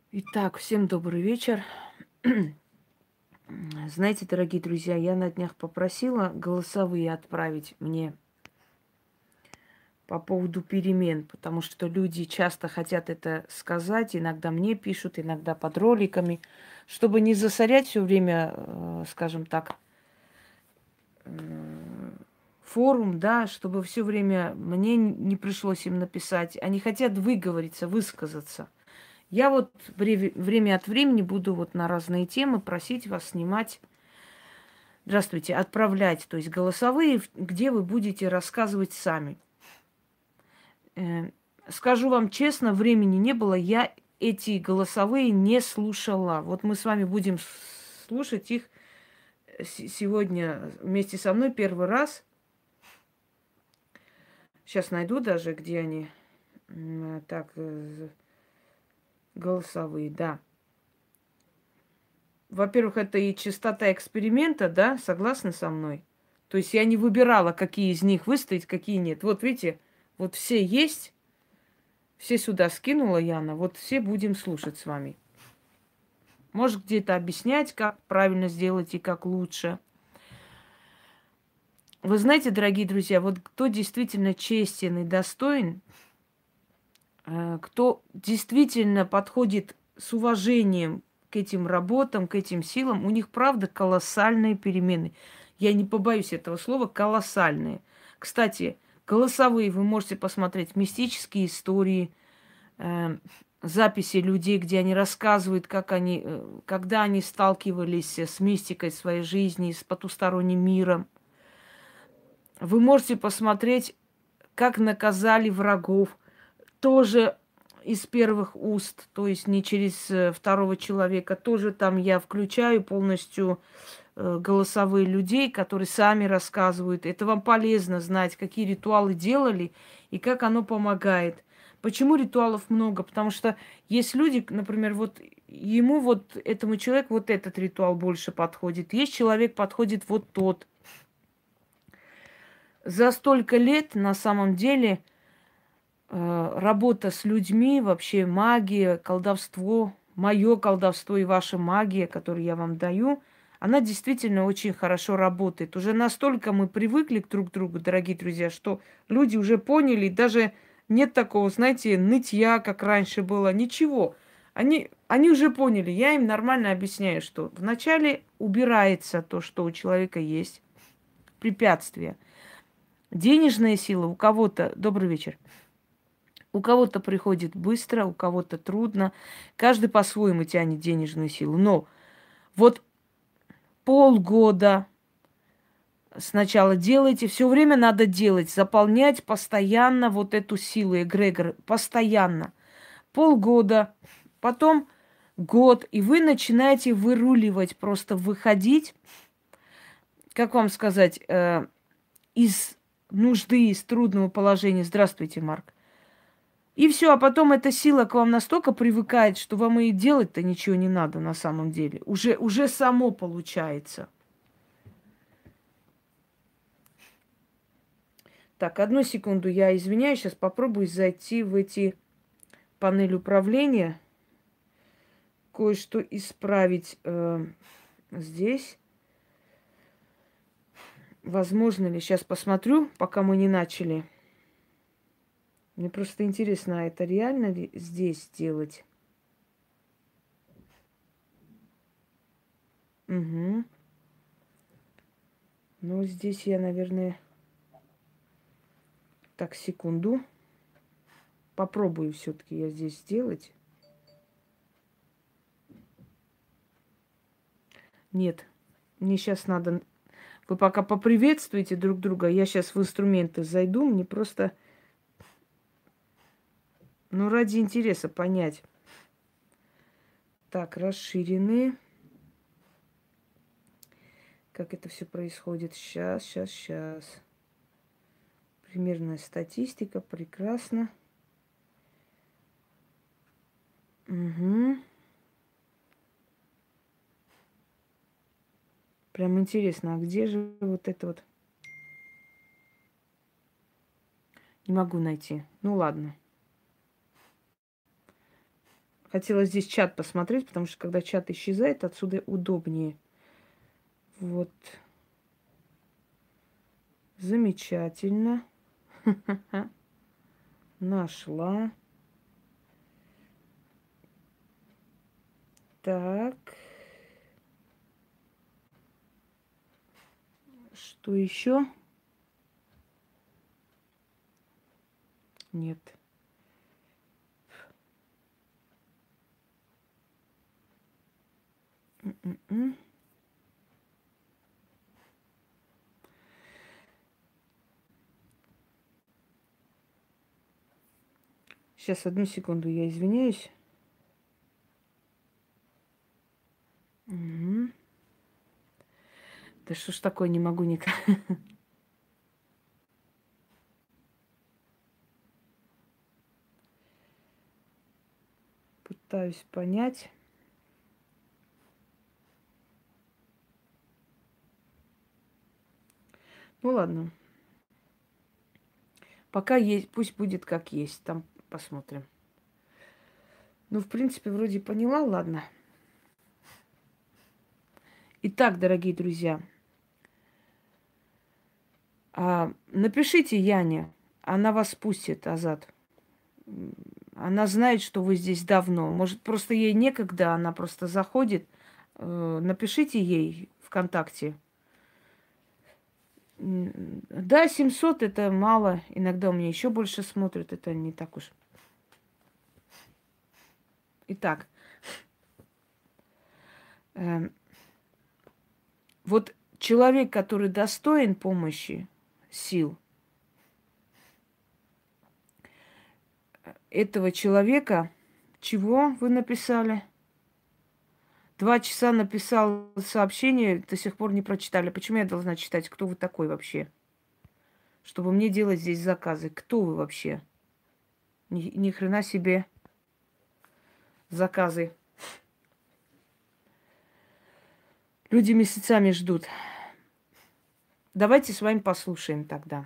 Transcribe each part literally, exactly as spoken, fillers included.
Итак, всем добрый вечер. Знаете, дорогие друзья, я на днях попросила голосовые отправить мне по поводу перемен, потому что люди часто хотят это сказать, иногда мне пишут, иногда под роликами, чтобы не засорять все время, э, скажем так, э, форум, да, чтобы все время мне не пришлось им написать. Они хотят выговориться, высказаться. Я вот вре- время от времени буду вот на разные темы просить вас снимать. Здравствуйте, отправлять, то есть голосовые, в- где вы будете рассказывать сами. Э, Скажу вам честно, времени не было, я эти голосовые не слушала. Вот мы с вами будем с- слушать их с- сегодня вместе со мной первый раз. Сейчас найду даже, где они. М, Так, э, голосовые, да. Во-первых, это и частота эксперимента, да, согласны со мной? То есть я не выбирала, какие из них выставить, какие нет. Вот видите, вот все есть. Все сюда скинула Яна, вот все будем слушать с вами. Может, где-то объяснять, как правильно сделать и как лучше. Вы знаете, дорогие друзья, вот кто действительно честен и достоин, э, кто действительно подходит с уважением к этим работам, к этим силам, у них, правда, колоссальные перемены. Я не побоюсь этого слова, колоссальные. Кстати, голосовые вы можете посмотреть, мистические истории, э, записи людей, где они рассказывают, как они, э, когда они сталкивались с мистикой своей жизни, с потусторонним миром. Вы можете посмотреть, как наказали врагов, тоже из первых уст, то есть не через э, второго человека. Тоже там я включаю полностью э, голосовые людей, которые сами рассказывают. Это вам полезно знать, какие ритуалы делали и как оно помогает. Почему ритуалов много? Потому что есть люди, например, вот ему вот этому человеку вот этот ритуал больше подходит. Есть человек подходит вот тот. За столько лет на самом деле э, работа с людьми, вообще магия, колдовство, мое колдовство и ваша магия, которую я вам даю, она действительно очень хорошо работает. Уже настолько мы привыкли к друг другу, дорогие друзья, что люди уже поняли, даже нет такого, знаете, нытья, как раньше было, ничего. Они, они уже поняли, я им нормально объясняю, что вначале убирается то, что у человека есть, препятствие. Денежная сила у кого-то, добрый вечер, у кого-то приходит быстро, у кого-то трудно. Каждый по-своему тянет денежную силу. Но вот полгода сначала делайте, все время надо делать, заполнять постоянно вот эту силу, эгрегор, постоянно. Полгода, потом год, и вы начинаете выруливать, просто выходить, как вам сказать, э, из нужды, из трудного положения. Здравствуйте, Марк. И все, а потом эта сила к вам настолько привыкает, что вам и делать-то ничего не надо на самом деле. Уже, уже само получается. Так, одну секунду, я извиняюсь, сейчас попробую зайти в эти панель управления, кое-что исправить э, здесь. Возможно ли? Сейчас посмотрю, пока мы не начали. Мне просто интересно, а это реально ли здесь сделать? Угу. Ну, здесь я, наверное... Так, секунду. Попробую все-таки я здесь сделать. Нет, мне сейчас надо... Вы пока поприветствуйте друг друга. Я сейчас в инструменты зайду. Мне просто, ну, ради интереса понять. Так, расширенные. Как это все происходит? Сейчас, сейчас, сейчас. Примерная статистика. Прекрасно. Угу. Прям интересно, а где же вот это вот? Не могу найти. Ну ладно. Хотела здесь чат посмотреть, потому что когда чат исчезает, отсюда удобнее. Вот. Замечательно. Нашла. Так. Что еще? Нет. М-м-м. Сейчас, одну секунду, я извиняюсь. Угу. Да что ж такое, не могу никак. Пытаюсь понять. Ну ладно. Пока есть, пусть будет как есть. Там посмотрим. Ну, в принципе, вроде поняла, ладно. Итак, дорогие друзья, а, напишите Яне, она вас спустит, Азат. Она знает, что вы здесь давно. Может, просто ей некогда, она просто заходит. Э, напишите ей ВКонтакте. Да, семьсот это мало. Иногда у меня еще больше смотрят. Это не так уж. Итак. Э, вот человек, который достоин помощи, сил, этого человека, чего вы написали? Два часа написал сообщение, до сих пор не прочитали. Почему я должна читать? Кто вы такой вообще? Чтобы мне делать здесь заказы. Кто вы вообще? Ни, ни хрена себе заказы. Люди месяцами ждут. Давайте с вами послушаем тогда.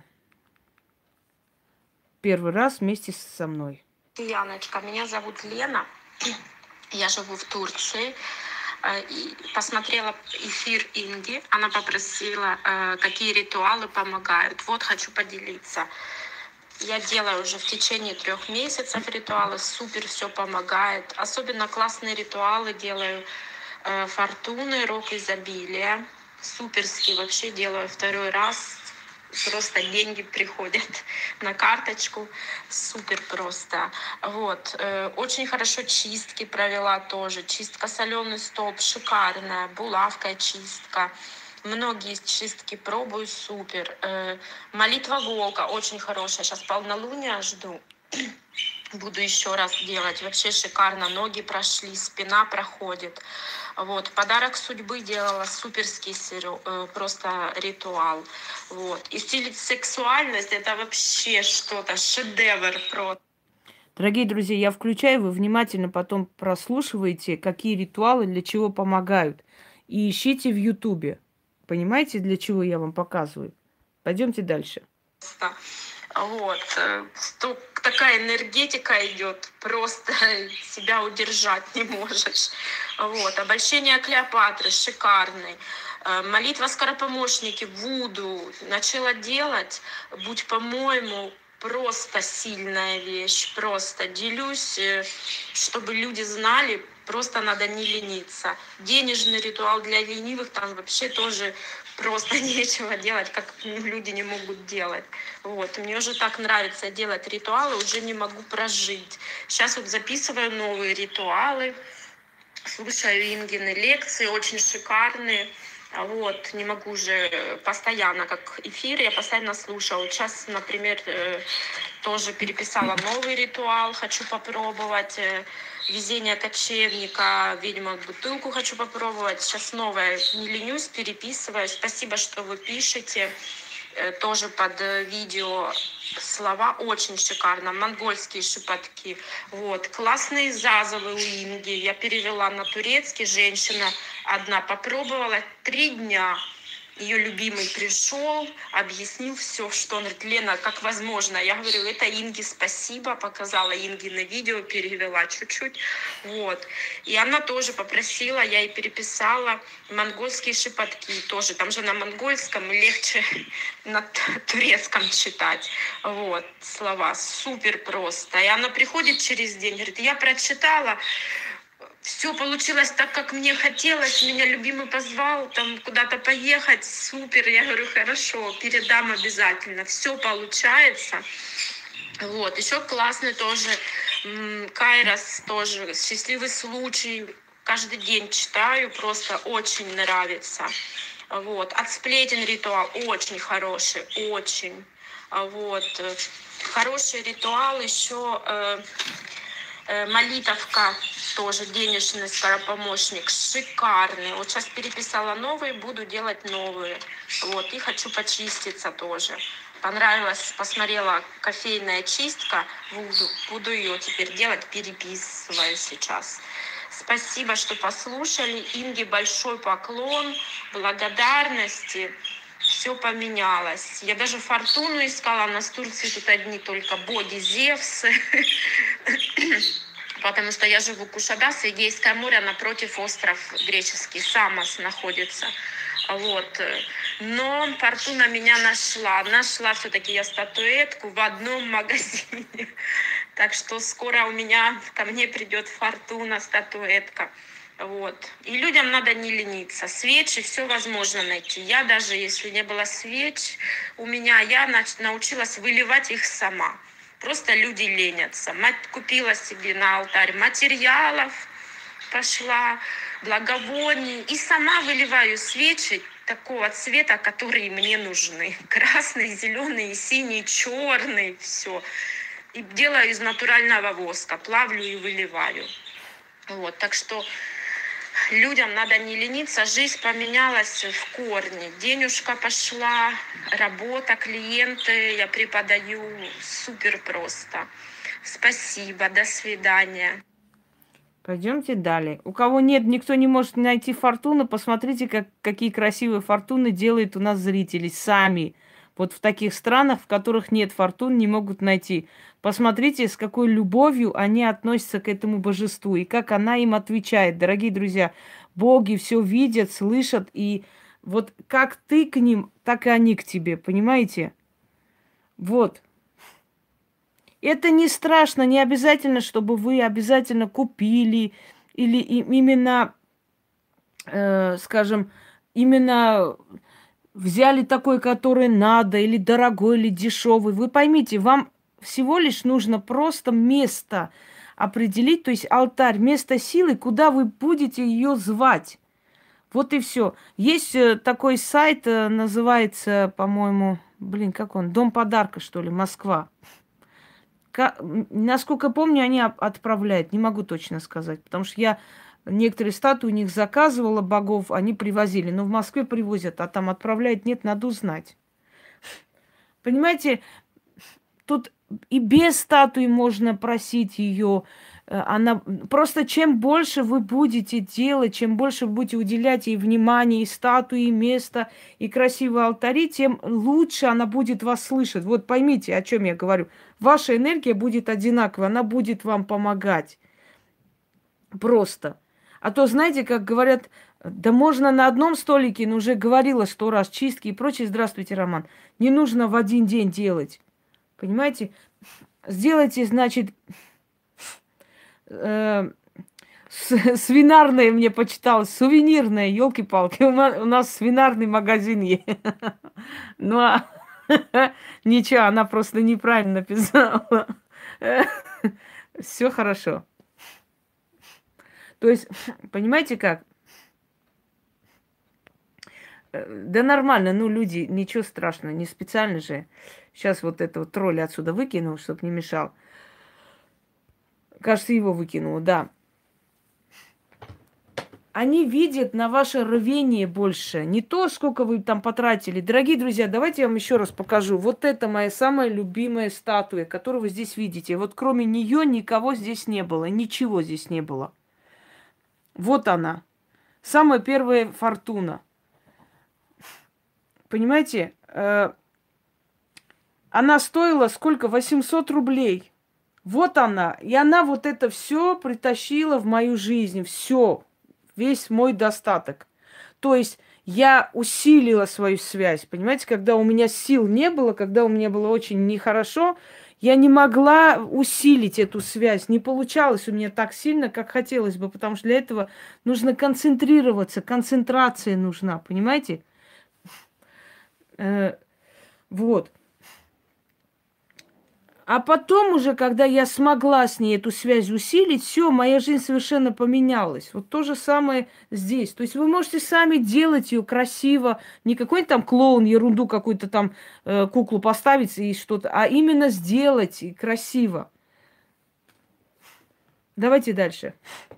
Первый раз вместе со мной. Яночка, меня зовут Лена. Я живу в Турции. И посмотрела эфир Инги. Она попросила, какие ритуалы помогают. Вот хочу поделиться. Я делаю уже в течение трех месяцев ритуалы. Супер все помогает. Особенно классные ритуалы делаю. Фортуны, рок изобилия. Суперски вообще делаю второй раз. Просто деньги приходят на карточку. Супер просто. Вот. Очень хорошо чистки провела тоже. Чистка соленый стоп, шикарная. Булавка чистка. Многие чистки пробую, супер. Молитва волка очень хорошая. Сейчас полнолуние жду. Буду еще раз делать. Вообще шикарно. Ноги прошли, спина проходит. Вот. Подарок судьбы делала, суперский просто ритуал. Вот. И стилить сексуальность, это вообще что-то, шедевр просто. Дорогие друзья, я включаю, вы внимательно потом прослушиваете, какие ритуалы для чего помогают. И ищите в Ютубе. Понимаете, для чего я вам показываю? Пойдемте дальше. Вот. Такая энергетика идет, просто себя удержать не можешь. Вот. Обольщение Клеопатры шикарный. Молитва скоропомощники, Вуду. Начала делать, будь по-моему, просто сильная вещь. Просто делюсь, чтобы люди знали, просто надо не лениться. Денежный ритуал для ленивых, там вообще тоже просто нечего делать, как люди не могут делать. Вот. Мне уже так нравится делать ритуалы, уже не могу прожить. Сейчас вот записываю новые ритуалы, слушаю Ингины лекции, очень шикарные. Вот, не могу уже постоянно, как эфир, я постоянно слушаю. Сейчас, например, тоже переписала новый ритуал, хочу попробовать. Везение кочевника, ведьма бутылку хочу попробовать. Сейчас новое, не ленюсь, переписываю. Спасибо, что вы пишете. Тоже под видео слова очень шикарно. Монгольские шепотки. Вот. Классные зазовы у Инги. Я перевела на турецкий. Женщина одна попробовала три дня. Ее любимый пришел, объяснил все, что он говорит: Лена, как возможно? Я говорю: это Инге спасибо, показала Инге на видео, перевела чуть-чуть. Вот. И она тоже попросила, я ей переписала монгольские шепотки тоже. Там же на монгольском легче на турецком читать. Вот, слова. Супер просто. И она приходит через день, говорит: я прочитала, все получилось так, как мне хотелось. Меня любимый позвал там куда-то поехать. Супер. Я говорю: хорошо, передам обязательно. Все получается. Вот. Еще классный тоже Кайрос, тоже счастливый случай. Каждый день читаю, просто очень нравится. Вот. От сплетен ритуал очень хороший, очень. Вот. Хороший ритуал еще э, э, молитовка. Тоже денежный скоропомощник, шикарный. Вот сейчас переписала новые, буду делать новые. Вот, и хочу почиститься тоже. Понравилось, посмотрела кофейная чистка, буду, буду ее теперь делать, переписываю сейчас. Спасибо, что послушали. Инге большой поклон, благодарности. Все поменялось. Я даже фортуну искала, у нас в Турции тут одни только боги, Зевсы. Потому что я живу в Кушадас, Эгейское море, напротив остров греческий, Самос находится. Вот. Но фортуна меня нашла. Нашла все-таки я статуэтку в одном магазине. Так что скоро у меня, ко мне придет фортуна, статуэтка. Вот. И людям надо не лениться. Свечи все возможно найти. Я даже, если не было свеч у меня, я научилась выливать их сама. Просто люди ленятся. Мать купила себе на алтарь материалов, пошла, благовоний. И сама выливаю свечи такого цвета, которые мне нужны. Красный, зеленый, синий, черный, все. И делаю из натурального воска. Плавлю и выливаю. Вот, так что людям надо не лениться, жизнь поменялась в корне. Денежка пошла, работа, клиенты, я преподаю, супер просто. Спасибо, до свидания. Пойдемте далее. У кого нет, никто не может найти фортуну, посмотрите, как, какие красивые фортуны делают у нас зрители сами. Вот в таких странах, в которых нет фортун, не могут найти. Посмотрите, с какой любовью они относятся к этому божеству и как она им отвечает. Дорогие друзья, боги все видят, слышат, и вот как ты к ним, так и они к тебе, понимаете? Вот. Это не страшно, не обязательно, чтобы вы обязательно купили или именно, э, скажем, именно взяли такой, который надо, или дорогой, или дешевый. Вы поймите, вам всего лишь нужно просто место определить, то есть алтарь, место силы, куда вы будете ее звать. Вот и все. Есть такой сайт, называется, по-моему, блин, как он, Дом подарка, что ли, Москва. К- Насколько помню, они отправляют, не могу точно сказать, потому что я некоторые статуи у них заказывала богов, они привозили, но в Москве привозят, а там отправляют, нет, надо узнать. Понимаете, тут и без статуи можно просить ее. Она просто чем больше вы будете делать, чем больше вы будете уделять ей внимания, и статуи, и место, и красивые алтари, тем лучше она будет вас слышать. Вот поймите, о чем я говорю. Ваша энергия будет одинаковая, она будет вам помогать. Просто. А то, знаете, как говорят, да можно на одном столике, но уже говорила сто раз, чистки и прочее. Здравствуйте, Роман. Не нужно в один день делать. Понимаете? Сделайте, значит, э, свинарное мне почиталось, сувенирное, елки-палки. У нас свинарный магазин есть. Ну, а ничего, она просто неправильно написала. Все хорошо. То есть, понимаете как? Да нормально, ну, люди, ничего страшного, не специально же. Сейчас вот этого тролля отсюда выкину, чтобы не мешал. Кажется, его выкинула, да. Они видят на ваше рвение больше. Не то, сколько вы там потратили. Дорогие друзья, давайте я вам еще раз покажу. Вот это моя самая любимая статуя, которую вы здесь видите. Вот кроме нее никого здесь не было. Ничего здесь не было. Вот она. Самая первая фортуна. понимаете, э, она стоила сколько? восемьсот рублей. Вот она. И она вот это все притащила в мою жизнь. Все. Весь мой достаток. То есть я усилила свою связь. Понимаете, когда у меня сил не было, когда у меня было очень нехорошо, я не могла усилить эту связь. Не получалось у меня так сильно, как хотелось бы, потому что для этого нужно концентрироваться, концентрация нужна, понимаете? Э, вот. А потом уже, когда я смогла с ней эту связь усилить, все, моя жизнь совершенно поменялась. Вот то же самое здесь. То есть вы можете сами делать ее красиво, не какой-нибудь там клоун, ерунду какую-то там э, куклу поставить и что-то, а именно сделать и красиво. Давайте дальше.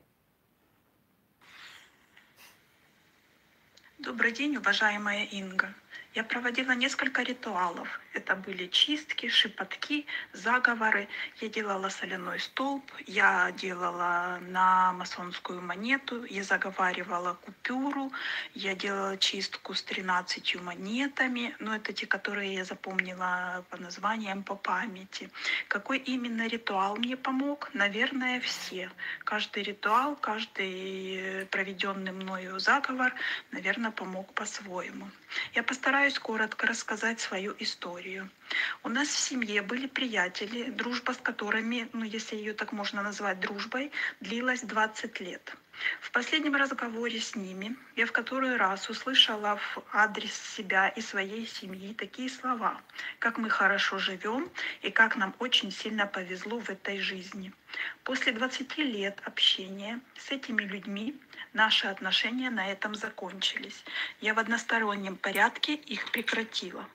Добрый день, уважаемая Инга. Я проводила несколько ритуалов. Это были чистки, шепотки, заговоры. Я делала соляной столб, я делала на масонскую монету, я заговаривала купюру, я делала чистку с тринадцатью монетами. Но это те, которые я запомнила по названиям, по памяти. Какой именно ритуал мне помог? Наверное, все. Каждый ритуал, каждый проведенный мною заговор, наверное, помог по-своему. Я постараюсь коротко рассказать свою историю. У нас в семье были приятели, дружба с которыми, ну если ее так можно назвать дружбой, длилась двадцать лет. В последнем разговоре с ними я в который раз услышала в адрес себя и своей семьи такие слова, как мы хорошо живем и как нам очень сильно повезло в этой жизни. После двадцати лет общения с этими людьми наши отношения на этом закончились. Я в одностороннем порядке их прекратила.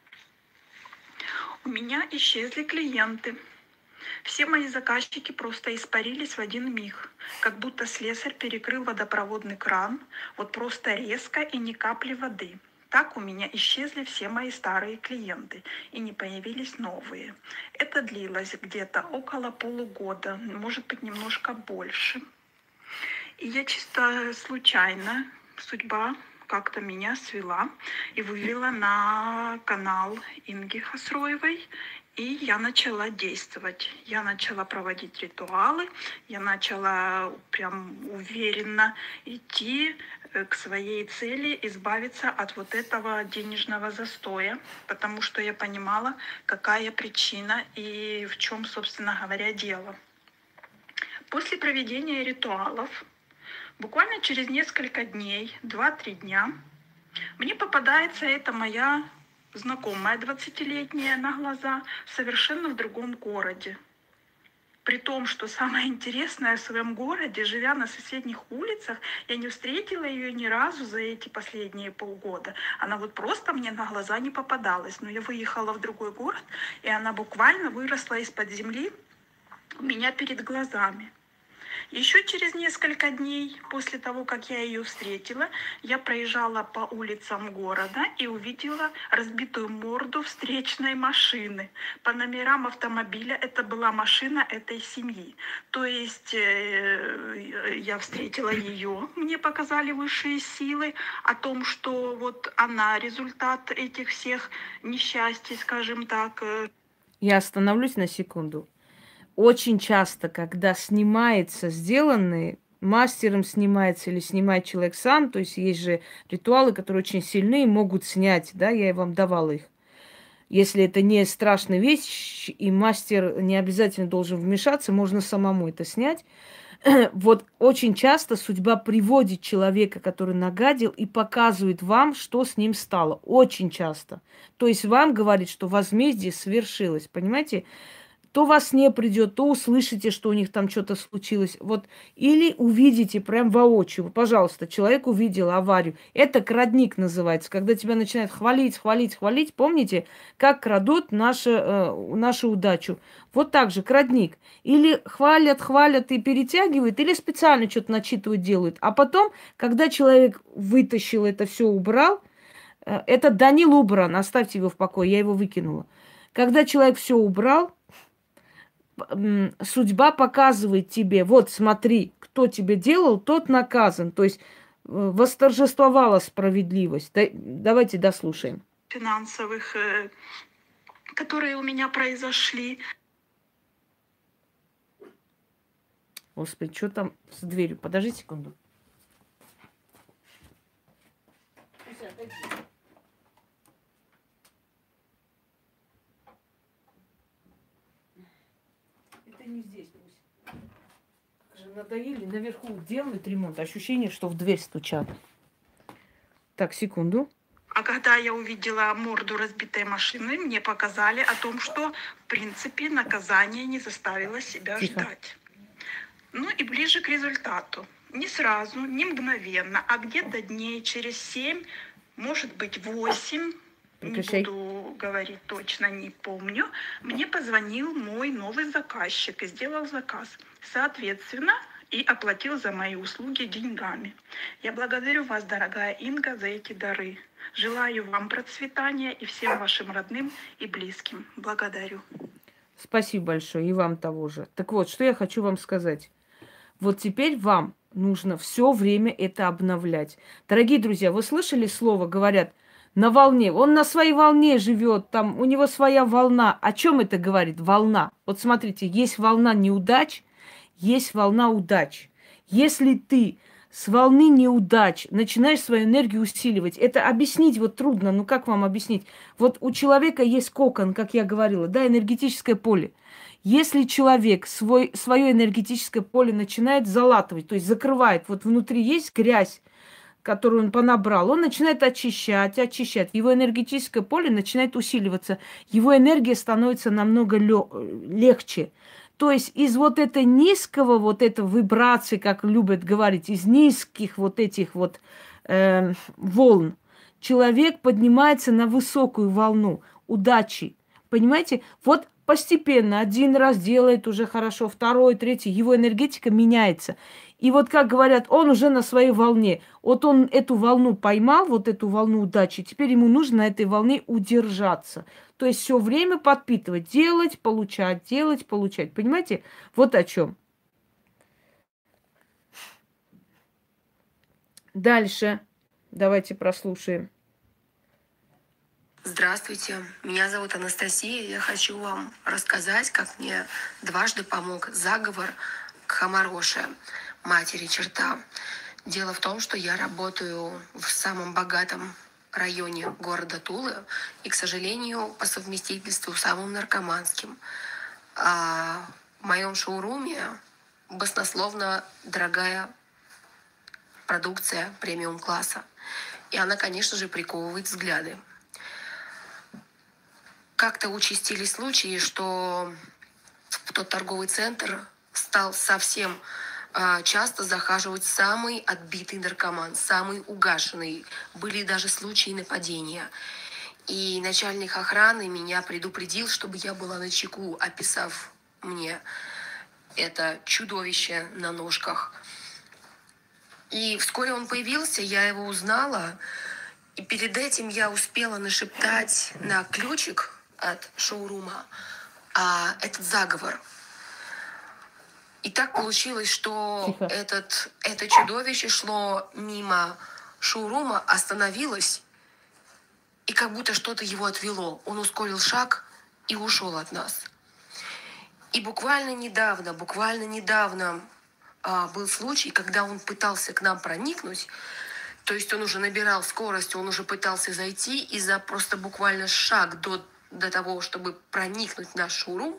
У меня исчезли клиенты. Все мои заказчики просто испарились в один миг, как будто слесарь перекрыл водопроводный кран, вот просто резко и ни капли воды. Так у меня исчезли все мои старые клиенты и не появились новые. Это длилось где-то около полугода, может быть, немножко больше. И я чисто случайно, судьба как-то меня свела и вывела на канал Инги Хасроевой. И я начала действовать. Я начала проводить ритуалы, я начала прям уверенно идти к своей цели, избавиться от вот этого денежного застоя, потому что я понимала, какая причина и в чем, собственно говоря, дело. После проведения ритуалов, буквально через несколько дней, два-три дня, мне попадается эта моя знакомая двадцатилетняя на глаза совершенно в другом городе. При том, что самое интересное, в своем городе, живя на соседних улицах, я не встретила ее ни разу за эти последние полгода. Она вот просто мне на глаза не попадалась. Но я выехала в другой город, и она буквально выросла из-под земли у меня перед глазами. Еще через несколько дней после того, как я ее встретила, я проезжала по улицам города и увидела разбитую морду встречной машины. По номерам автомобиля это была машина этой семьи. То есть э, я встретила ее, мне показали высшие силы о том, что вот она результат этих всех несчастий, скажем так. Я остановлюсь на секунду. Очень часто, когда снимается сделанный, мастером снимается или снимает человек сам, то есть есть же ритуалы, которые очень сильные, могут снять, да, я вам давала их. Если это не страшная вещь, и мастер не обязательно должен вмешаться, можно самому это снять. Вот очень часто судьба приводит человека, который нагадил, и показывает вам, что с ним стало. Очень часто. То есть вам говорит, что возмездие свершилось, понимаете? То вас не придет, то услышите, что у них там что-то случилось. Вот. Или увидите прям воочию. Пожалуйста, человек увидел аварию. Это крадник называется. Когда тебя начинают хвалить, хвалить, хвалить. Помните, как крадут нашу, э, нашу удачу? Вот так же крадник. Или хвалят, хвалят и перетягивают, или специально что-то начитывают, делают. А потом, когда человек вытащил это все, убрал, э, это Данил убран, оставьте его в покое, я его выкинула. Когда человек все убрал, судьба показывает тебе, вот смотри, кто тебе делал, тот наказан. То есть восторжествовала справедливость. Да, давайте дослушаем. финансовых, э, которые у меня произошли. Господи, что там с дверью? Подожди секунду. Это не здесь, пусть. Как же надоели, наверху делают ремонт. Ощущение, что в дверь стучат. Так, секунду. А когда я увидела морду разбитой машины, мне показали о том, что, в принципе, наказание не заставило себя Тихо. ждать. Ну и ближе к результату. Не сразу, не мгновенно, а где-то дней через семь, может быть, восемь, не Прекращай. буду говорить точно, не помню, мне позвонил мой новый заказчик и сделал заказ. Соответственно, и оплатил за мои услуги деньгами. Я благодарю вас, дорогая Инга, за эти дары. Желаю вам процветания и всем вашим родным и близким. Благодарю. Спасибо большое, и вам того же. Так вот, что я хочу вам сказать. Вот теперь вам нужно все время это обновлять. Дорогие друзья, вы слышали слово, говорят, на волне. Он на своей волне живет, там у него своя волна. О чем это говорит? Волна. Вот смотрите, есть волна неудач, есть волна удач. Если ты с волны неудач начинаешь свою энергию усиливать, это объяснить вот трудно, ну как вам объяснить? Вот у человека есть кокон, как я говорила, да, энергетическое поле. Если человек свой, свое энергетическое поле начинает залатывать, то есть закрывает, вот внутри есть грязь, которую он понабрал, он начинает очищать, очищать. Его энергетическое поле начинает усиливаться. Его энергия становится намного лё- легче. То есть из вот этого низкого, вот этой вибрации, как любят говорить, из низких вот этих вот э, волн, человек поднимается на высокую волну удачи. Понимаете? Вот постепенно один раз делает уже хорошо, второй, третий, его энергетика меняется. И вот, как говорят, он уже на своей волне. Вот он эту волну поймал, вот эту волну удачи, теперь ему нужно на этой волне удержаться. То есть все время подпитывать, делать, получать, делать, получать. Понимаете? Вот о чем. Дальше. Давайте прослушаем. Здравствуйте, меня зовут Анастасия. Я хочу вам рассказать, как мне дважды помог заговор Кхамароше, матери черта. Дело в том, что я работаю в самом богатом районе города Тулы и, к сожалению, по совместительству самым наркоманским. А в моем шоуруме баснословно дорогая продукция премиум-класса. И она, конечно же, приковывает взгляды. Как-то участились случаи, что в тот торговый центр стал совсем э, часто захаживать самый отбитый наркоман, самый угашенный. Были даже случаи нападения. И начальник охраны меня предупредил, чтобы я была начеку, описав мне это чудовище на ножках. И вскоре он появился, я его узнала. И перед этим я успела нашептать на ключик от шоурума а, этот заговор. И так получилось, что этот, это чудовище шло мимо шоурума, остановилось, и как будто что-то его отвело. Он ускорил шаг и ушел от нас. И буквально недавно, буквально недавно а, был случай, когда он пытался к нам проникнуть. То есть он уже набирал скорость, он уже пытался зайти, и за просто буквально шаг до, до того, чтобы проникнуть в наш шоурум,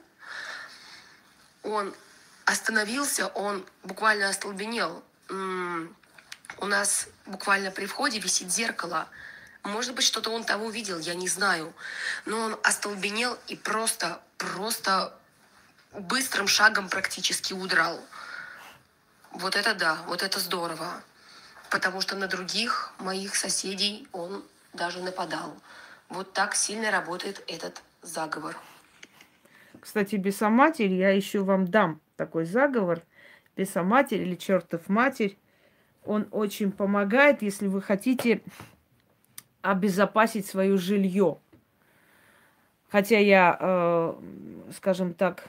он остановился, он буквально остолбенел. М-м, у нас буквально при входе висит зеркало. Может быть, что-то он того видел, я не знаю. Но он остолбенел и просто, просто быстрым шагом практически удрал. Вот это да, вот это здорово. Потому что на других моих соседей он даже нападал. Вот так сильно работает этот заговор. Кстати, бесоматерь, я еще вам дам такой заговор. Бесоматерь или чертов матерь, он очень помогает, если вы хотите обезопасить свое жилье. Хотя я, э, скажем так,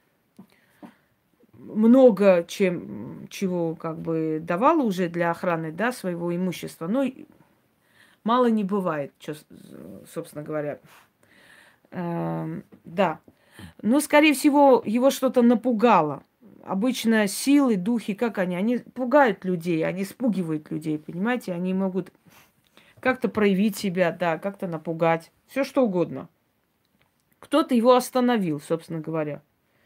много чем, чего как бы давала уже для охраны, да, своего имущества. Ну, мало не бывает, чё, собственно говоря. Эм, да. Но, скорее всего, его что-то напугало. Обычно силы, духи, как они? Они пугают людей, они спугивают людей, понимаете? Они могут как-то проявить себя, да, как-то напугать. Все что угодно. Кто-то его остановил, собственно говоря.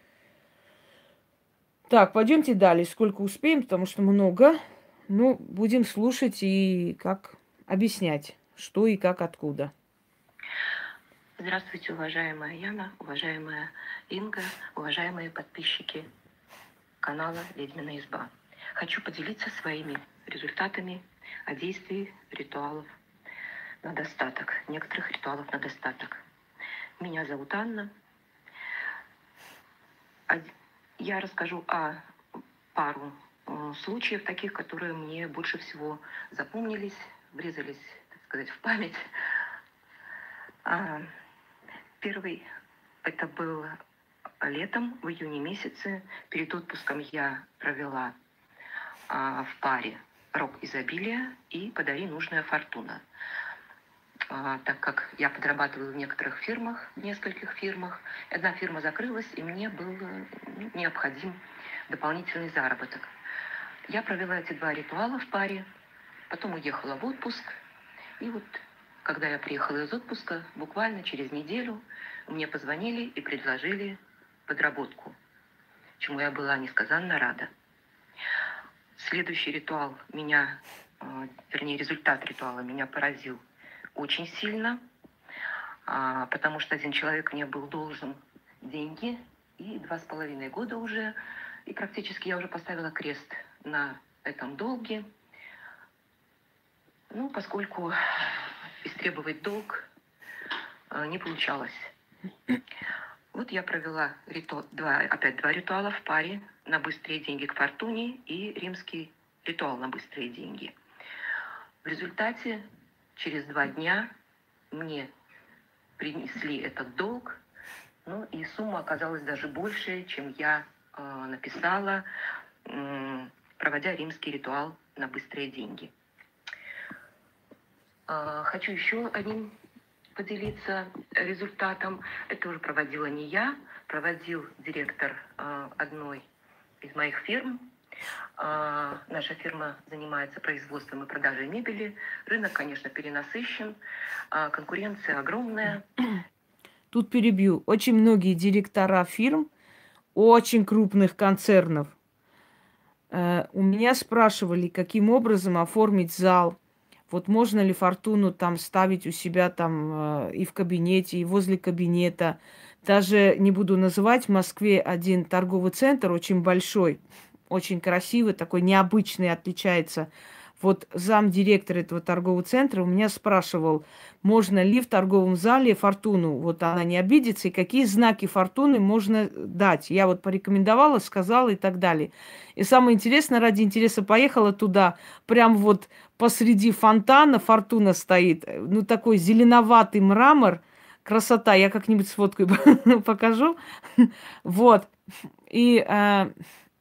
Так, пойдемте далее, сколько успеем, потому что много. Ну, будем слушать и как объяснять, что и как, откуда. Здравствуйте, уважаемая Яна, уважаемая Инга, уважаемые подписчики канала «Ведьмина изба». Хочу поделиться своими результатами о действии ритуалов на достаток, некоторых ритуалов на достаток. Меня зовут Анна. Я расскажу о пару случаев таких, которые мне больше всего запомнились, врезались, так сказать, в память. Первый это был летом, в июне месяце. Перед отпуском я провела а, в паре «Рок изобилия» и «Подари нужная фортуна». А, так как я подрабатываю в некоторых фирмах, в нескольких фирмах, одна фирма закрылась, и мне был необходим дополнительный заработок. Я провела эти два ритуала в паре, потом уехала в отпуск, и вот когда я приехала из отпуска, буквально через неделю мне позвонили и предложили подработку, чему я была несказанно рада. Следующий ритуал меня, вернее, результат ритуала меня поразил очень сильно, потому что один человек мне был должен деньги, и два с половиной года уже, и практически я уже поставила крест на этом долге. Ну, поскольку истребовать долг не получалось. Вот я провела риту... два, опять два ритуала в паре на быстрые деньги к фортуне и римский ритуал на быстрые деньги. В результате через два дня мне принесли этот долг, ну и сумма оказалась даже больше, чем я э, написала, э, проводя римский ритуал на быстрые деньги. Э, хочу еще одним поделиться результатом. Это уже проводила не я, проводил директор э, одной из моих фирм. Э, наша фирма занимается производством и продажей мебели. Рынок, конечно, перенасыщен, э, конкуренция огромная. Тут перебью. Очень многие директора фирм, очень крупных концернов, э, у меня спрашивали, каким образом оформить зал. Вот можно ли фортуну там ставить у себя там э, и в кабинете, и возле кабинета. Даже не буду называть, в Москве один торговый центр очень большой, очень красивый, такой необычный, отличается. Вот замдиректора этого торгового центра у меня спрашивал, можно ли в торговом зале фортуну, вот она не обидится, и какие знаки фортуны можно дать. Я вот порекомендовала, сказала и так далее. И самое интересное, ради интереса поехала туда, прям вот посреди фонтана фортуна стоит, ну такой зеленоватый мрамор, красота, я как-нибудь сфоткаю, покажу. Вот. И э,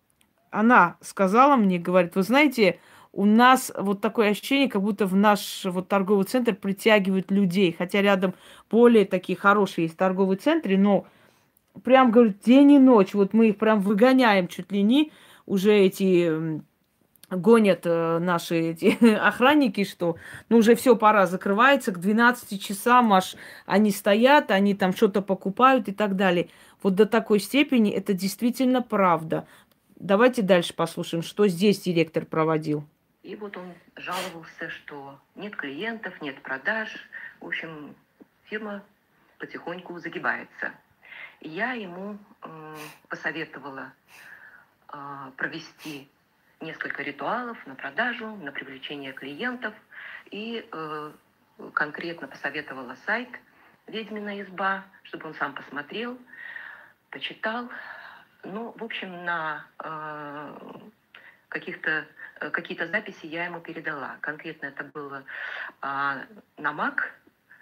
она сказала мне, говорит, вы знаете, у нас вот такое ощущение, как будто в наш вот торговый центр притягивают людей. Хотя рядом более такие хорошие есть торговые центры, но прям, говорит, день и ночь. Вот мы их прям выгоняем чуть ли не. Уже эти гонят наши эти охранники, что ну уже все, пора, закрывается, к двенадцати часам аж они стоят, они там что-то покупают и так далее. Вот до такой степени это действительно правда. Давайте дальше послушаем, что здесь директор проводил. И вот он жаловался, что нет клиентов, нет продаж. В общем, фирма потихоньку загибается. И я ему э, посоветовала э, провести несколько ритуалов на продажу, на привлечение клиентов. И э, конкретно посоветовала сайт «Ведьмина изба», чтобы он сам посмотрел, почитал. Ну, в общем, на э, каких-то какие-то записи я ему передала. Конкретно это было а, на мак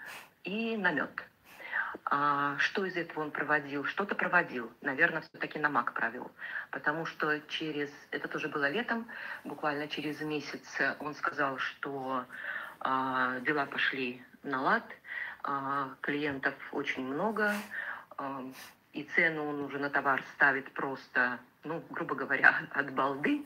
и на мед. А, что из этого он проводил? Что-то проводил. Наверное, все-таки на мак провел. Потому что через... Это тоже было летом. Буквально через месяц он сказал, что а, дела пошли на лад, а, клиентов очень много, а, и цену он уже на товар ставит просто, ну, грубо говоря, от балды.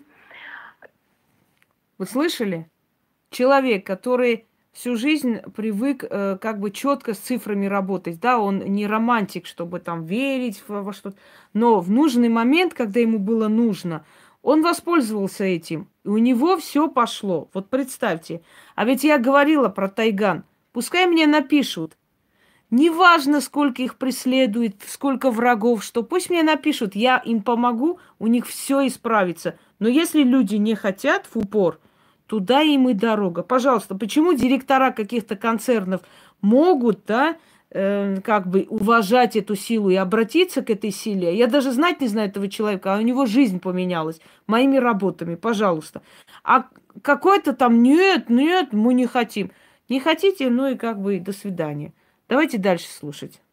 Вы слышали? Человек, который всю жизнь привык э, как бы четко с цифрами работать, да, он не романтик, чтобы там верить во, во что-то, но в нужный момент, когда ему было нужно, он воспользовался этим, и у него все пошло. Вот представьте, а ведь я говорила про Тайган, пускай мне напишут, неважно, сколько их преследует, сколько врагов, что пусть мне напишут, я им помогу, у них все исправится. Но если люди не хотят в упор, туда им и дорога. Пожалуйста, почему директора каких-то концернов могут, да, э, как бы уважать эту силу и обратиться к этой силе? Я даже знать не знаю этого человека, а у него жизнь поменялась моими работами, пожалуйста. А какой-то там нет, нет, мы не хотим. Не хотите, ну и как бы до свидания. Давайте дальше слушать.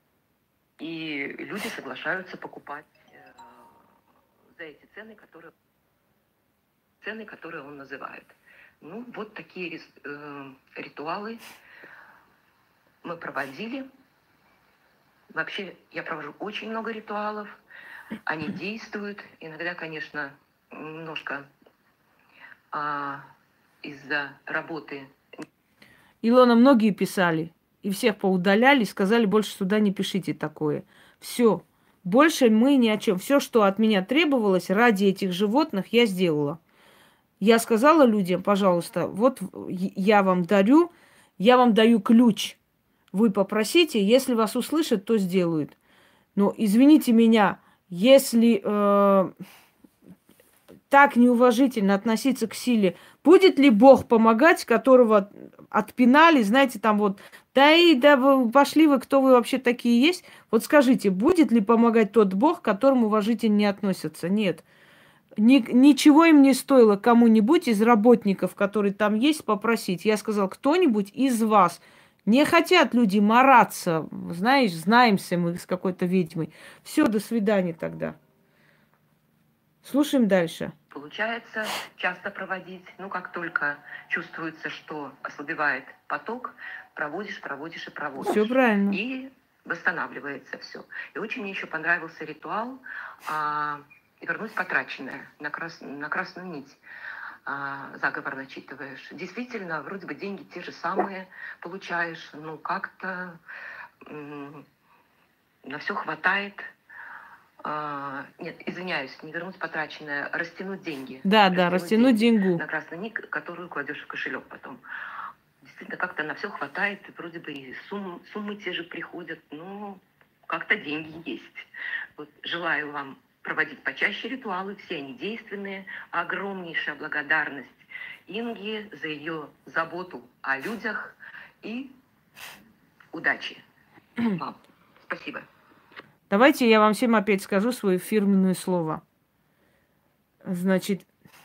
И люди соглашаются покупать э, за эти цены, которые, цены, которые он называет. Ну, вот такие рис- э, ритуалы мы проводили. Вообще, я провожу очень много ритуалов. Они действуют. Иногда, конечно, немножко а, из-за работы. Илона, многие писали. И всех поудаляли, сказали, больше сюда не пишите такое. Все. Больше мы ни о чем. Все, что от меня требовалось ради этих животных, я сделала. Я сказала людям, пожалуйста, вот я вам дарю, я вам даю ключ. Вы попросите, если вас услышат, то сделают. Но извините меня, если э, так неуважительно относиться к силе, будет ли Бог помогать, которого отпинали, знаете, там вот, да и да вы пошли вы, кто вы вообще такие есть? Вот скажите, будет ли помогать тот Бог, к которому уважительно не относятся? Нет. Ни, ничего им не стоило кому-нибудь из работников, которые там есть, попросить. Я сказал, кто-нибудь из вас. Не хотят люди мараться. Знаешь, знаемся мы с какой-то ведьмой. Все, до свидания тогда. Слушаем дальше. Получается часто проводить, ну, как только чувствуется, что ослабевает поток, проводишь, проводишь и проводишь. Все правильно. И восстанавливается все. И очень мне еще понравился ритуал а, вернуть потраченное на, крас, на красную нить. А, заговор начитываешь. Действительно, вроде бы деньги те же самые получаешь, но как-то м- на все хватает. А, нет, извиняюсь, не вернуть потраченное, растянуть деньги. Да, да, растянуть деньгу. На красный ник, которую кладешь в кошелек потом. Действительно, как-то на все хватает, и вроде бы и суммы, суммы те же приходят, но как-то деньги есть. Вот, желаю вам проводить почаще ритуалы, все они действенные. Огромнейшая благодарность Инге за ее заботу о людях и удачи вам. Спасибо. Давайте я вам всем опять скажу свое фирменное слово. Значит,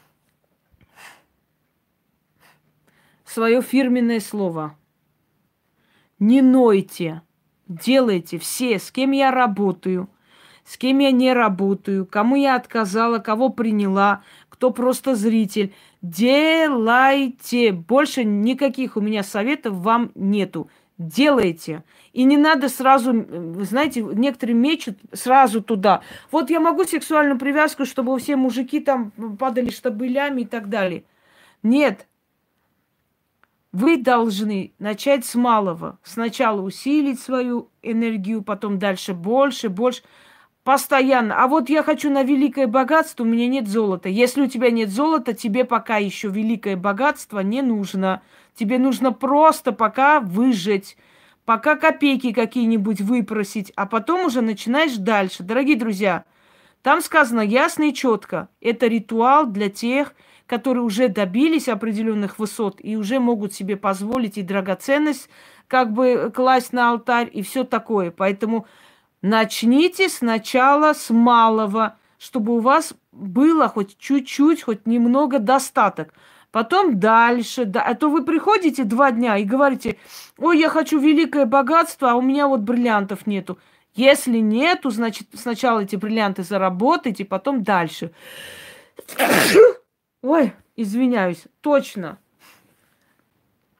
свое фирменное слово. Не нойте, делайте все, с кем я работаю, с кем я не работаю, кому я отказала, кого приняла, кто просто зритель. Делайте. Больше никаких у меня советов вам нету. Делайте. И не надо сразу, вы знаете, некоторые мечут сразу туда. Вот я могу сексуальную привязку, чтобы все мужики там падали штабелями и так далее. Нет. Вы должны начать с малого. Сначала усилить свою энергию, потом дальше больше, больше. Постоянно. А вот я хочу на великое богатство, у меня нет золота. Если у тебя нет золота, тебе пока еще великое богатство не нужно. Тебе нужно просто пока выжить, пока копейки какие-нибудь выпросить, а потом уже начинаешь дальше. Дорогие друзья, там сказано ясно и четко. Это ритуал для тех, которые уже добились определенных высот и уже могут себе позволить и драгоценность как бы класть на алтарь и все такое. Поэтому начните сначала с малого, чтобы у вас было хоть чуть-чуть, хоть немного достаток. Потом дальше, да, а то вы приходите два дня и говорите, ой, я хочу великое богатство, а у меня вот бриллиантов нету. Если нету, значит, сначала эти бриллианты заработайте, потом дальше. Ой, извиняюсь, точно.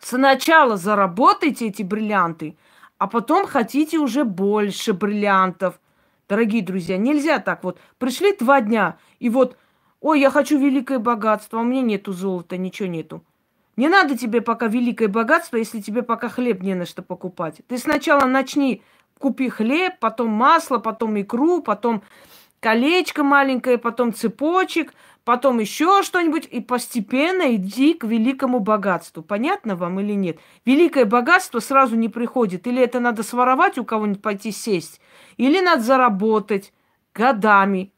Сначала заработайте эти бриллианты, а потом хотите уже больше бриллиантов. Дорогие друзья, нельзя так вот. Пришли два дня, и вот, ой, я хочу великое богатство, а у меня нету золота, ничего нету. Не надо тебе пока великое богатство, если тебе пока хлеб не на что покупать. Ты сначала начни, купи хлеб, потом масло, потом икру, потом колечко маленькое, потом цепочек, потом еще что-нибудь, и постепенно иди к великому богатству. Понятно вам или нет? Великое богатство сразу не приходит. Или это надо своровать у кого-нибудь, пойти сесть, или надо заработать годами,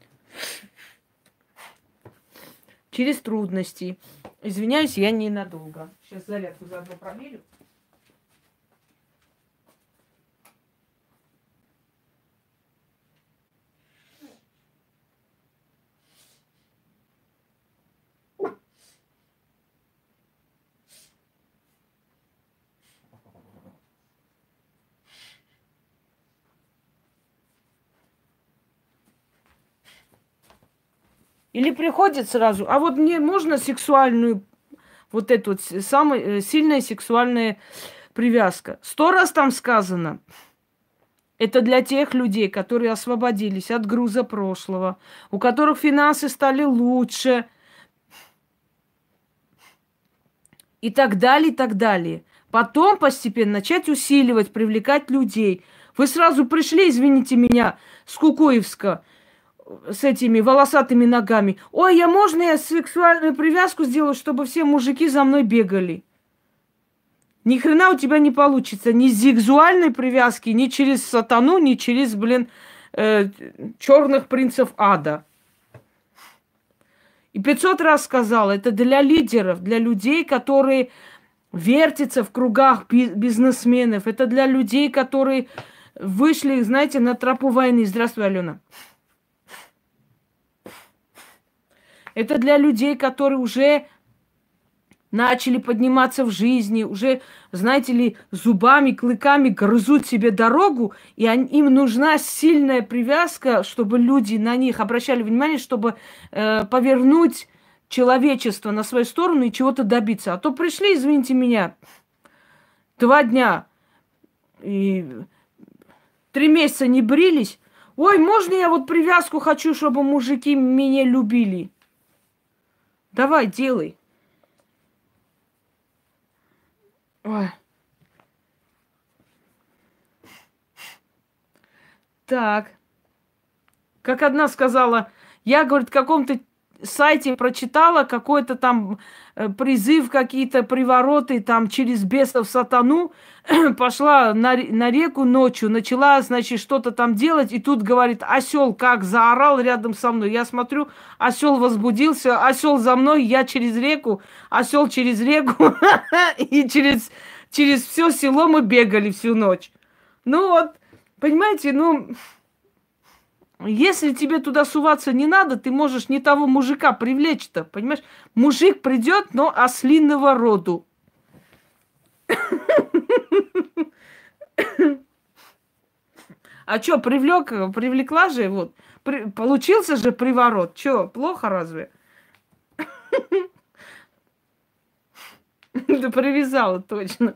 через трудности. Извиняюсь, я ненадолго. Сейчас зарядку заодно проверю. Или приходит сразу, а вот мне можно сексуальную, вот эту вот самая сильная сексуальная привязка. Сто раз там сказано. Это для тех людей, которые освободились от груза прошлого, у которых финансы стали лучше, и так далее, и так далее. Потом постепенно начать усиливать, привлекать людей. Вы сразу пришли, извините меня, с Кукуевска, с этими волосатыми ногами. Ой, я можно я сексуальную привязку сделаю, чтобы все мужики за мной бегали? Ни хрена у тебя не получится. Ни сексуальной привязки, ни через сатану, ни через, блин, э, черных принцев ада. И пятьсот раз сказала, это для лидеров, для людей, которые вертятся в кругах бизнесменов. Это для людей, которые вышли, знаете, на тропу войны. Здравствуй, Алена. Это для людей, которые уже начали подниматься в жизни, уже, знаете ли, зубами, клыками грызут себе дорогу, и они, им нужна сильная привязка, чтобы люди на них обращали внимание, чтобы э, повернуть человечество на свою сторону и чего-то добиться. А то пришли, извините меня, два дня и три месяца не брились. Ой, можно я вот привязку хочу, чтобы мужики меня любили? Давай, делай. Ой. Так. Как одна сказала, я, говорит, в каком-то сайте прочитала какой-то там э, призыв, какие-то привороты там через бесов сатану, пошла на, на реку ночью, начала, значит, что-то там делать, и тут, говорит, осел как заорал рядом со мной. Я смотрю, осел возбудился, осел за мной, я через реку, осел через реку, и через, через все село мы бегали всю ночь. Ну вот, понимаете, ну... Если тебе туда суваться не надо, ты можешь не того мужика привлечь-то, понимаешь? Мужик придет, но ослиного роду. А что, привлек, привлекла же, вот, при, получился же приворот. Что, плохо разве? Ты привязала точно.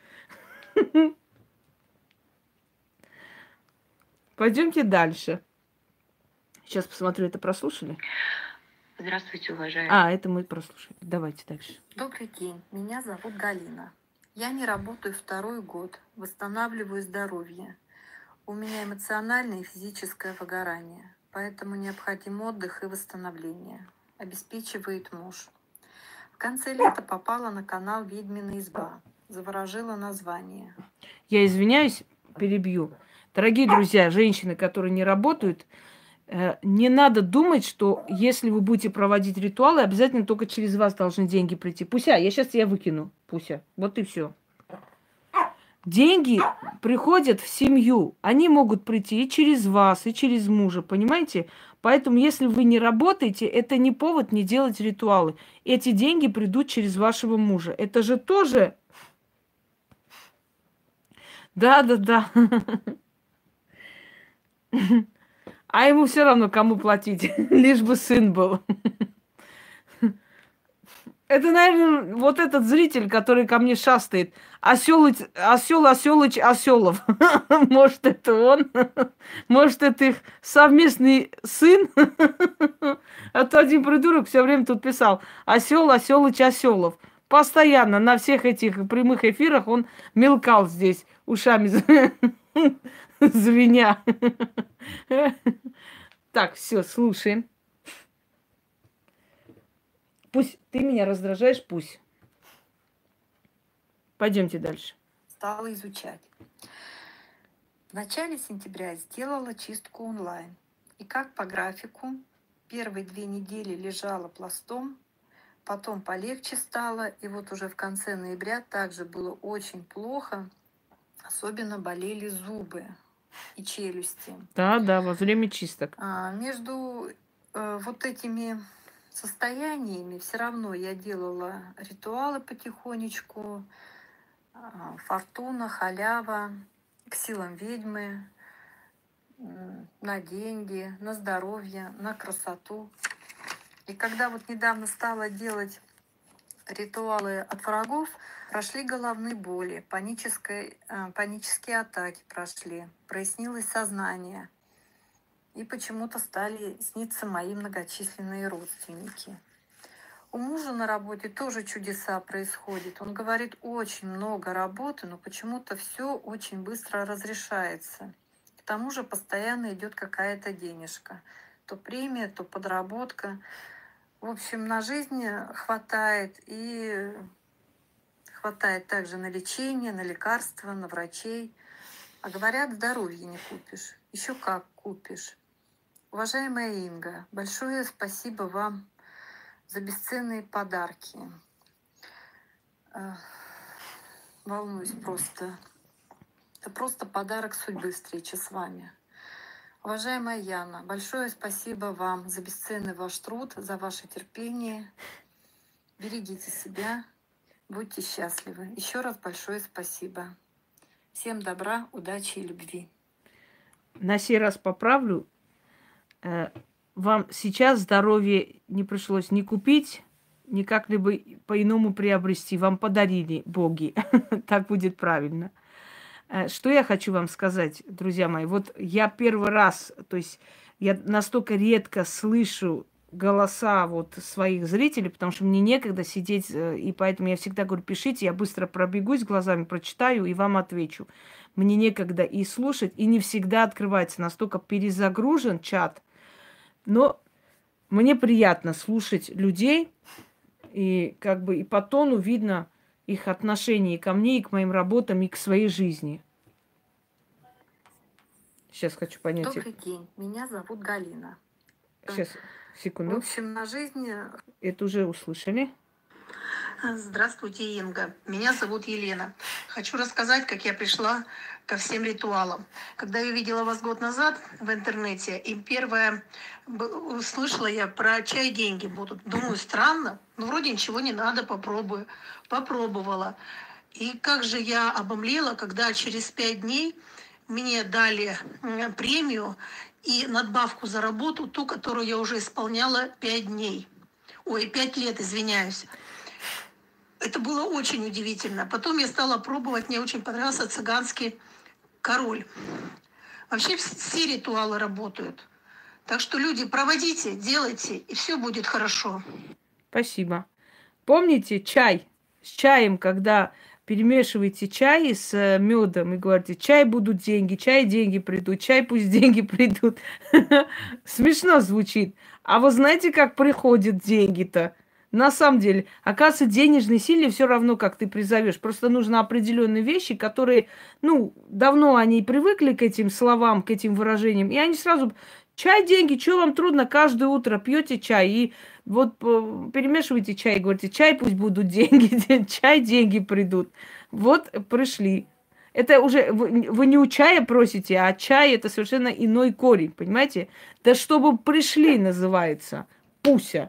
Пойдемте дальше. Сейчас посмотрю, это прослушали? Здравствуйте, уважаемые. А, это мы прослушали. Давайте дальше. Добрый день, меня зовут Галина. Я не работаю второй год, восстанавливаю здоровье. У меня эмоциональное и физическое выгорание, поэтому необходим отдых и восстановление. Обеспечивает муж. В конце лета попала на канал «Ведьмина изба». Заворожила название. Я извиняюсь, перебью. Дорогие друзья, женщины, которые не работают, не надо думать, что если вы будете проводить ритуалы, обязательно только через вас должны деньги прийти. Пуся, я сейчас тебя выкину, Пуся. Вот и все. Деньги приходят в семью. Они могут прийти и через вас, и через мужа, понимаете? Поэтому, если вы не работаете, это не повод не делать ритуалы. Эти деньги придут через вашего мужа. Это же тоже... Да, да, да. А ему все равно, кому платить, лишь бы сын был. Это, наверное, вот этот зритель, который ко мне шастает. Осел, осел, Оселыч, Оселов. Может, это он? Может, это их совместный сын? А то один придурок все время тут писал. Осел, Оселыч, Оселов. Постоянно на всех этих прямых эфирах он мелкал здесь ушами звеня. Так, все, слушаем. Пусть ты меня раздражаешь, пусть. Пойдемте дальше. Стала изучать. В начале сентября сделала чистку онлайн. И как по графику, первые две недели лежала пластом, потом полегче стало, и вот уже в конце ноября также было очень плохо, особенно болели зубы и челюсти. Да, да, во время чисток. А, между э, вот этими состояниями все равно я делала ритуалы потихонечку, а, фортуна, халява, к силам ведьмы, м, на деньги, на здоровье, на красоту. И когда вот недавно стала делать ритуалы от врагов, прошли головные боли, панической, э, панические атаки прошли, прояснилось сознание. И почему-то стали сниться мои многочисленные родственники. У мужа на работе тоже чудеса происходят. Он говорит, очень много работы, но почему-то все очень быстро разрешается. К тому же постоянно идет какая-то денежка. То премия, то подработка. В общем, на жизнь хватает. И хватает также на лечение, на лекарства, на врачей. А говорят, здоровье не купишь. Еще как купишь. Уважаемая Инга, большое спасибо вам за бесценные подарки. Эх, волнуюсь просто. Это просто подарок судьбы, встреча с вами. Уважаемая Яна, большое спасибо вам за бесценный ваш труд, за ваше терпение. Берегите себя, будьте счастливы. Еще раз большое спасибо. Всем добра, удачи и любви. На сей раз поправлю. Вам сейчас здоровье не пришлось ни купить, ни как-либо по-иному приобрести. Вам подарили боги. Так будет правильно. Что я хочу вам сказать, друзья мои. Вот я первый раз, то есть я настолько редко слышу голоса вот своих зрителей, потому что мне некогда сидеть, и поэтому я всегда говорю, пишите, я быстро пробегусь глазами, прочитаю и вам отвечу. Мне некогда и слушать, и не всегда открывается, настолько перезагружен чат. Но мне приятно слушать людей, и как бы и по тону видно их отношение ко мне, и к моим работам, и к своей жизни. Сейчас хочу понять. Добрый день, меня зовут Галина. Сейчас, В секунду. общем, на жизни... Это уже услышали. Здравствуйте, Инга. Меня зовут Елена. Хочу рассказать, как я пришла ко всем ритуалам. Когда я видела вас год назад в интернете, и первое услышала я про чай деньги будут. Думаю, странно, но вроде ничего не надо, попробую. Попробовала. И как же я обомлела, когда через пять дней мне дали премию и надбавку за работу, ту, которую я уже исполняла пять дней. Ой, пять лет, извиняюсь. Это было очень удивительно. Потом я стала пробовать, мне очень понравился цыганский король. Вообще все ритуалы работают. Так что, люди, проводите, делайте, и все будет хорошо. Спасибо. Помните чай? С чаем, когда перемешиваете чай с медом и говорите, чай будут деньги, чай деньги придут, чай пусть деньги придут. Смешно звучит. А вы знаете, как приходят деньги-то? На самом деле, оказывается, денежной силе все равно, как ты призовешь. Просто нужно определенные вещи, которые, ну, давно они привыкли к этим словам, к этим выражениям, и они сразу... Чай, деньги, что вам трудно? Каждое утро пьете чай и вот перемешиваете чай и говорите, чай пусть будут деньги, чай, деньги придут. Вот пришли. Это уже вы, вы не у чая просите, а чай это совершенно иной корень, понимаете? Да чтобы пришли называется. Пуся.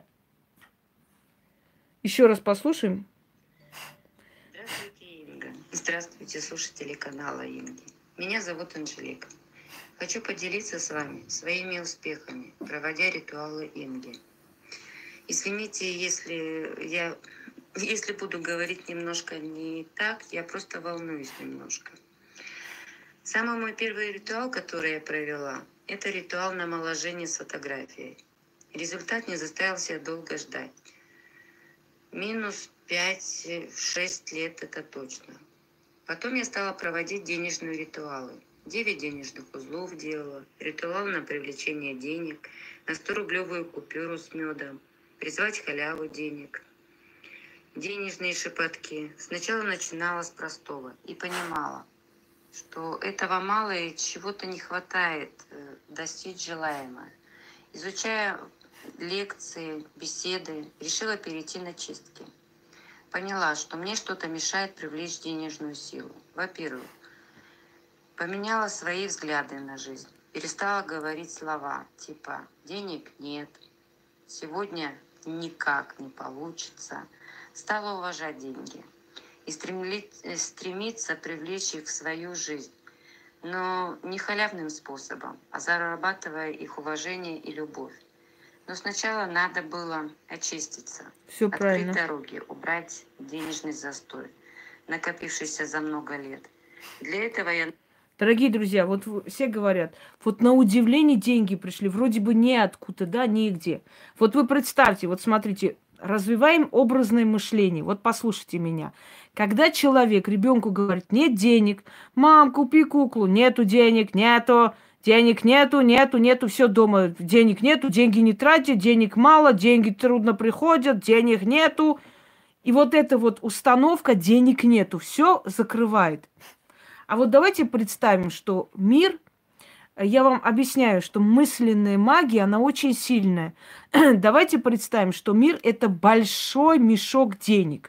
Еще раз послушаем. Здравствуйте, Инга. Здравствуйте, слушатели канала Инги. Меня зовут Анжелика. Хочу поделиться с вами своими успехами, проводя ритуалы Инги. Извините, если я Если буду говорить немножко не так, я просто волнуюсь немножко. Самый мой первый ритуал, который я провела, это ритуал намоложения с фотографией. Результат не заставил себя долго ждать. Минус пять-шесть лет, это точно. Потом я стала проводить денежные ритуалы. Девять денежных узлов делала, ритуал на привлечение денег, на сто-рублевую купюру с медом, призвать халяву денег, денежные шепотки. Сначала начинала с простого и понимала, что этого мало и чего-то не хватает э, достичь желаемое. Изучая лекции, беседы, решила перейти на чистки. Поняла, что мне что-то мешает привлечь денежную силу. Во-первых, поменяла свои взгляды на жизнь. Перестала говорить слова типа «денег нет», «сегодня никак не получится». Стала уважать деньги и стремиться привлечь их в свою жизнь. Но не халявным способом, а зарабатывая их уважение и любовь. Но сначала надо было очиститься, Все открыть правильно. дороги, убрать денежный застой, накопившийся за много лет. Для этого я... Дорогие друзья, вот вы- все говорят, вот на удивление деньги пришли, вроде бы неоткуда, да, нигде. Вот вы представьте, вот смотрите, развиваем образное мышление. Вот послушайте меня. Когда человек ребенку говорит, нет денег, мам, купи куклу, нету денег, нету, денег нету, нету, нету, все дома, денег нету, деньги не тратят, денег мало, деньги трудно приходят, денег нету. И вот эта вот установка денег нету, все закрывает. А вот давайте представим, что мир, я вам объясняю, что мысленная магия, она очень сильная. Давайте представим, что мир – это большой мешок денег.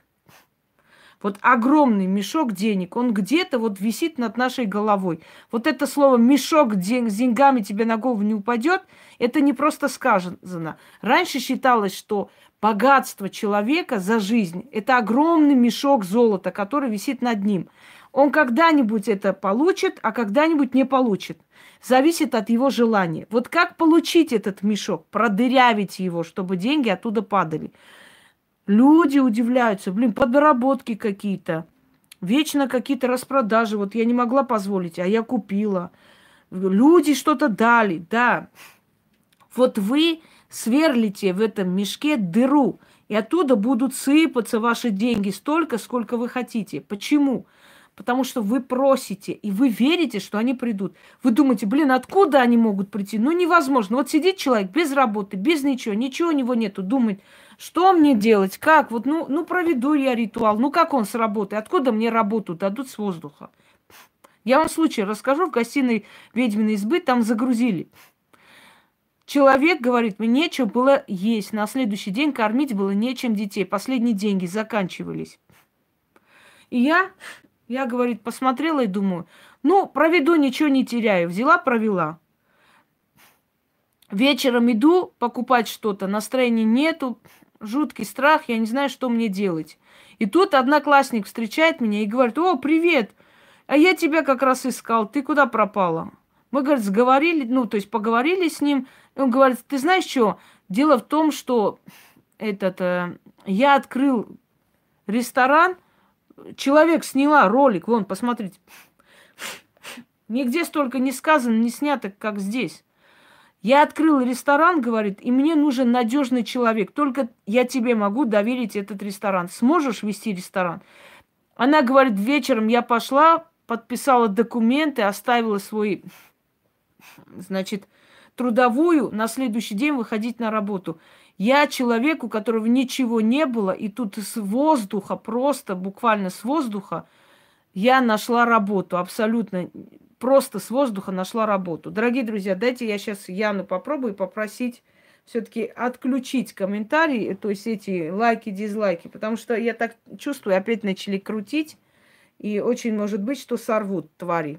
Вот огромный мешок денег, он где-то вот висит над нашей головой. Вот это слово «мешок ден- с деньгами тебе на голову не упадет», это не просто сказано. Раньше считалось, что богатство человека за жизнь – это огромный мешок золота, который висит над ним. Он когда-нибудь это получит, а когда-нибудь не получит. Зависит от его желания. Вот как получить этот мешок? Продырявить его, чтобы деньги оттуда падали. Люди удивляются, блин, подработки какие-то. Вечно какие-то распродажи. Вот я не могла позволить, а я купила. Люди что-то дали, да. Вот вы сверлите в этом мешке дыру, и оттуда будут сыпаться ваши деньги столько, сколько вы хотите. Почему? Потому что вы просите, и вы верите, что они придут. Вы думаете, блин, откуда они могут прийти? Ну, невозможно. Вот сидит человек без работы, без ничего, ничего у него нету. Думает, что мне делать, как? Вот, ну, ну, проведу я ритуал. Ну, как он сработает? Откуда мне работу дадут с воздуха? Я вам случай расскажу. В гостиной ведьминой избы там загрузили. Человек говорит, мне нечего было есть. На следующий день кормить было нечем детей. Последние деньги заканчивались. И я... Я, говорит, посмотрела и думаю, ну, проведу, ничего не теряю. Взяла, провела. Вечером иду покупать что-то, настроения нету, жуткий страх, я не знаю, что мне делать. И тут одноклассник встречает меня и говорит, о, привет, а я тебя как раз искал, ты куда пропала? Мы, говорит, сговорили, ну, то есть поговорили с ним. И он говорит, ты знаешь что, дело в том, что этот, э, я открыл ресторан. Человек сняла ролик, вон, посмотрите. Нигде столько не сказано, не снято, как здесь. Я открыл ресторан, говорит, и мне нужен надежный человек. Только я тебе могу доверить этот ресторан. Сможешь вести ресторан? Она говорит, вечером я пошла, подписала документы, оставила свой, значит, трудовую, на следующий день выходить на работу. Я человек, у которого ничего не было, и тут с воздуха, просто буквально с воздуха, я нашла работу. Абсолютно просто с воздуха нашла работу. Дорогие друзья, дайте я сейчас Яну попробую попросить все-таки отключить комментарии, то есть эти лайки, дизлайки, потому что я так чувствую, опять начали крутить, и очень может быть, что сорвут твари.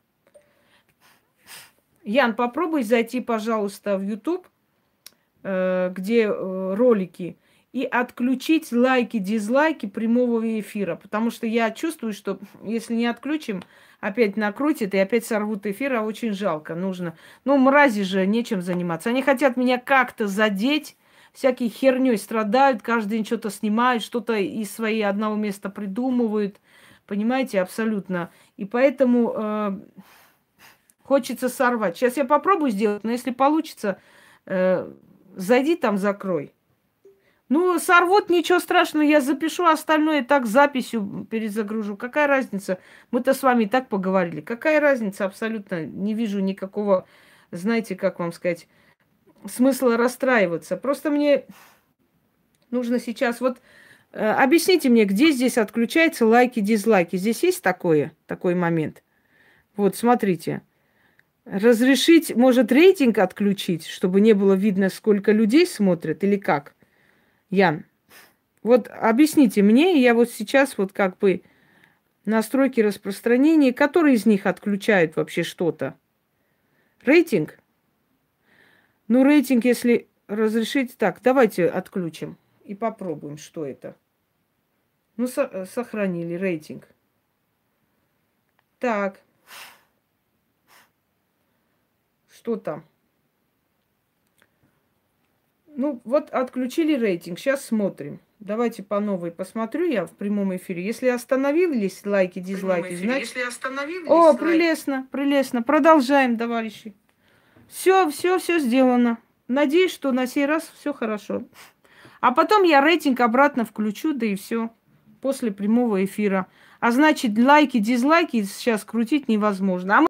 Ян, попробуй зайти, пожалуйста, в YouTube, где ролики, и отключить лайки, дизлайки прямого эфира. Потому что я чувствую, что если не отключим, опять накрутит и опять сорвут эфир, а очень жалко. Нужно. Ну, мрази же нечем заниматься. Они хотят меня как-то задеть, всякой херней страдают, каждый день что-то снимают, что-то из своей одного места придумывают. Понимаете, абсолютно. И поэтому э, хочется сорвать. Сейчас я попробую сделать, но если получится, э, зайди там, закрой. Ну, сорвут, ничего страшного, я запишу, остальное так записью перезагружу. Какая разница? Мы-то с вами и так поговорили. Какая разница? Абсолютно не вижу никакого, знаете, как вам сказать, смысла расстраиваться. Просто мне нужно сейчас... Вот э, объясните мне, где здесь отключаются лайки, дизлайки? Здесь есть такое, такой момент? Вот, смотрите. Разрешить, может, рейтинг отключить, чтобы не было видно, сколько людей смотрят или как? Ян, вот объясните мне, я вот сейчас вот как бы настройки распространения, которые из них отключают вообще что-то? Рейтинг? Ну, рейтинг, если разрешить... Так, давайте отключим и попробуем, что это. Ну, со- сохранили рейтинг. Так. Что там? Ну, вот отключили рейтинг. Сейчас смотрим. Давайте по новой посмотрю я в прямом эфире. Если остановились лайки, дизлайки, значит... Если остановились... О, лайки- прелестно, прелестно. Продолжаем, товарищи. Все, все, все сделано. Надеюсь, что на сей раз все хорошо. А потом я рейтинг обратно включу, да и все. После прямого эфира. А значит, лайки, дизлайки сейчас крутить невозможно. А мы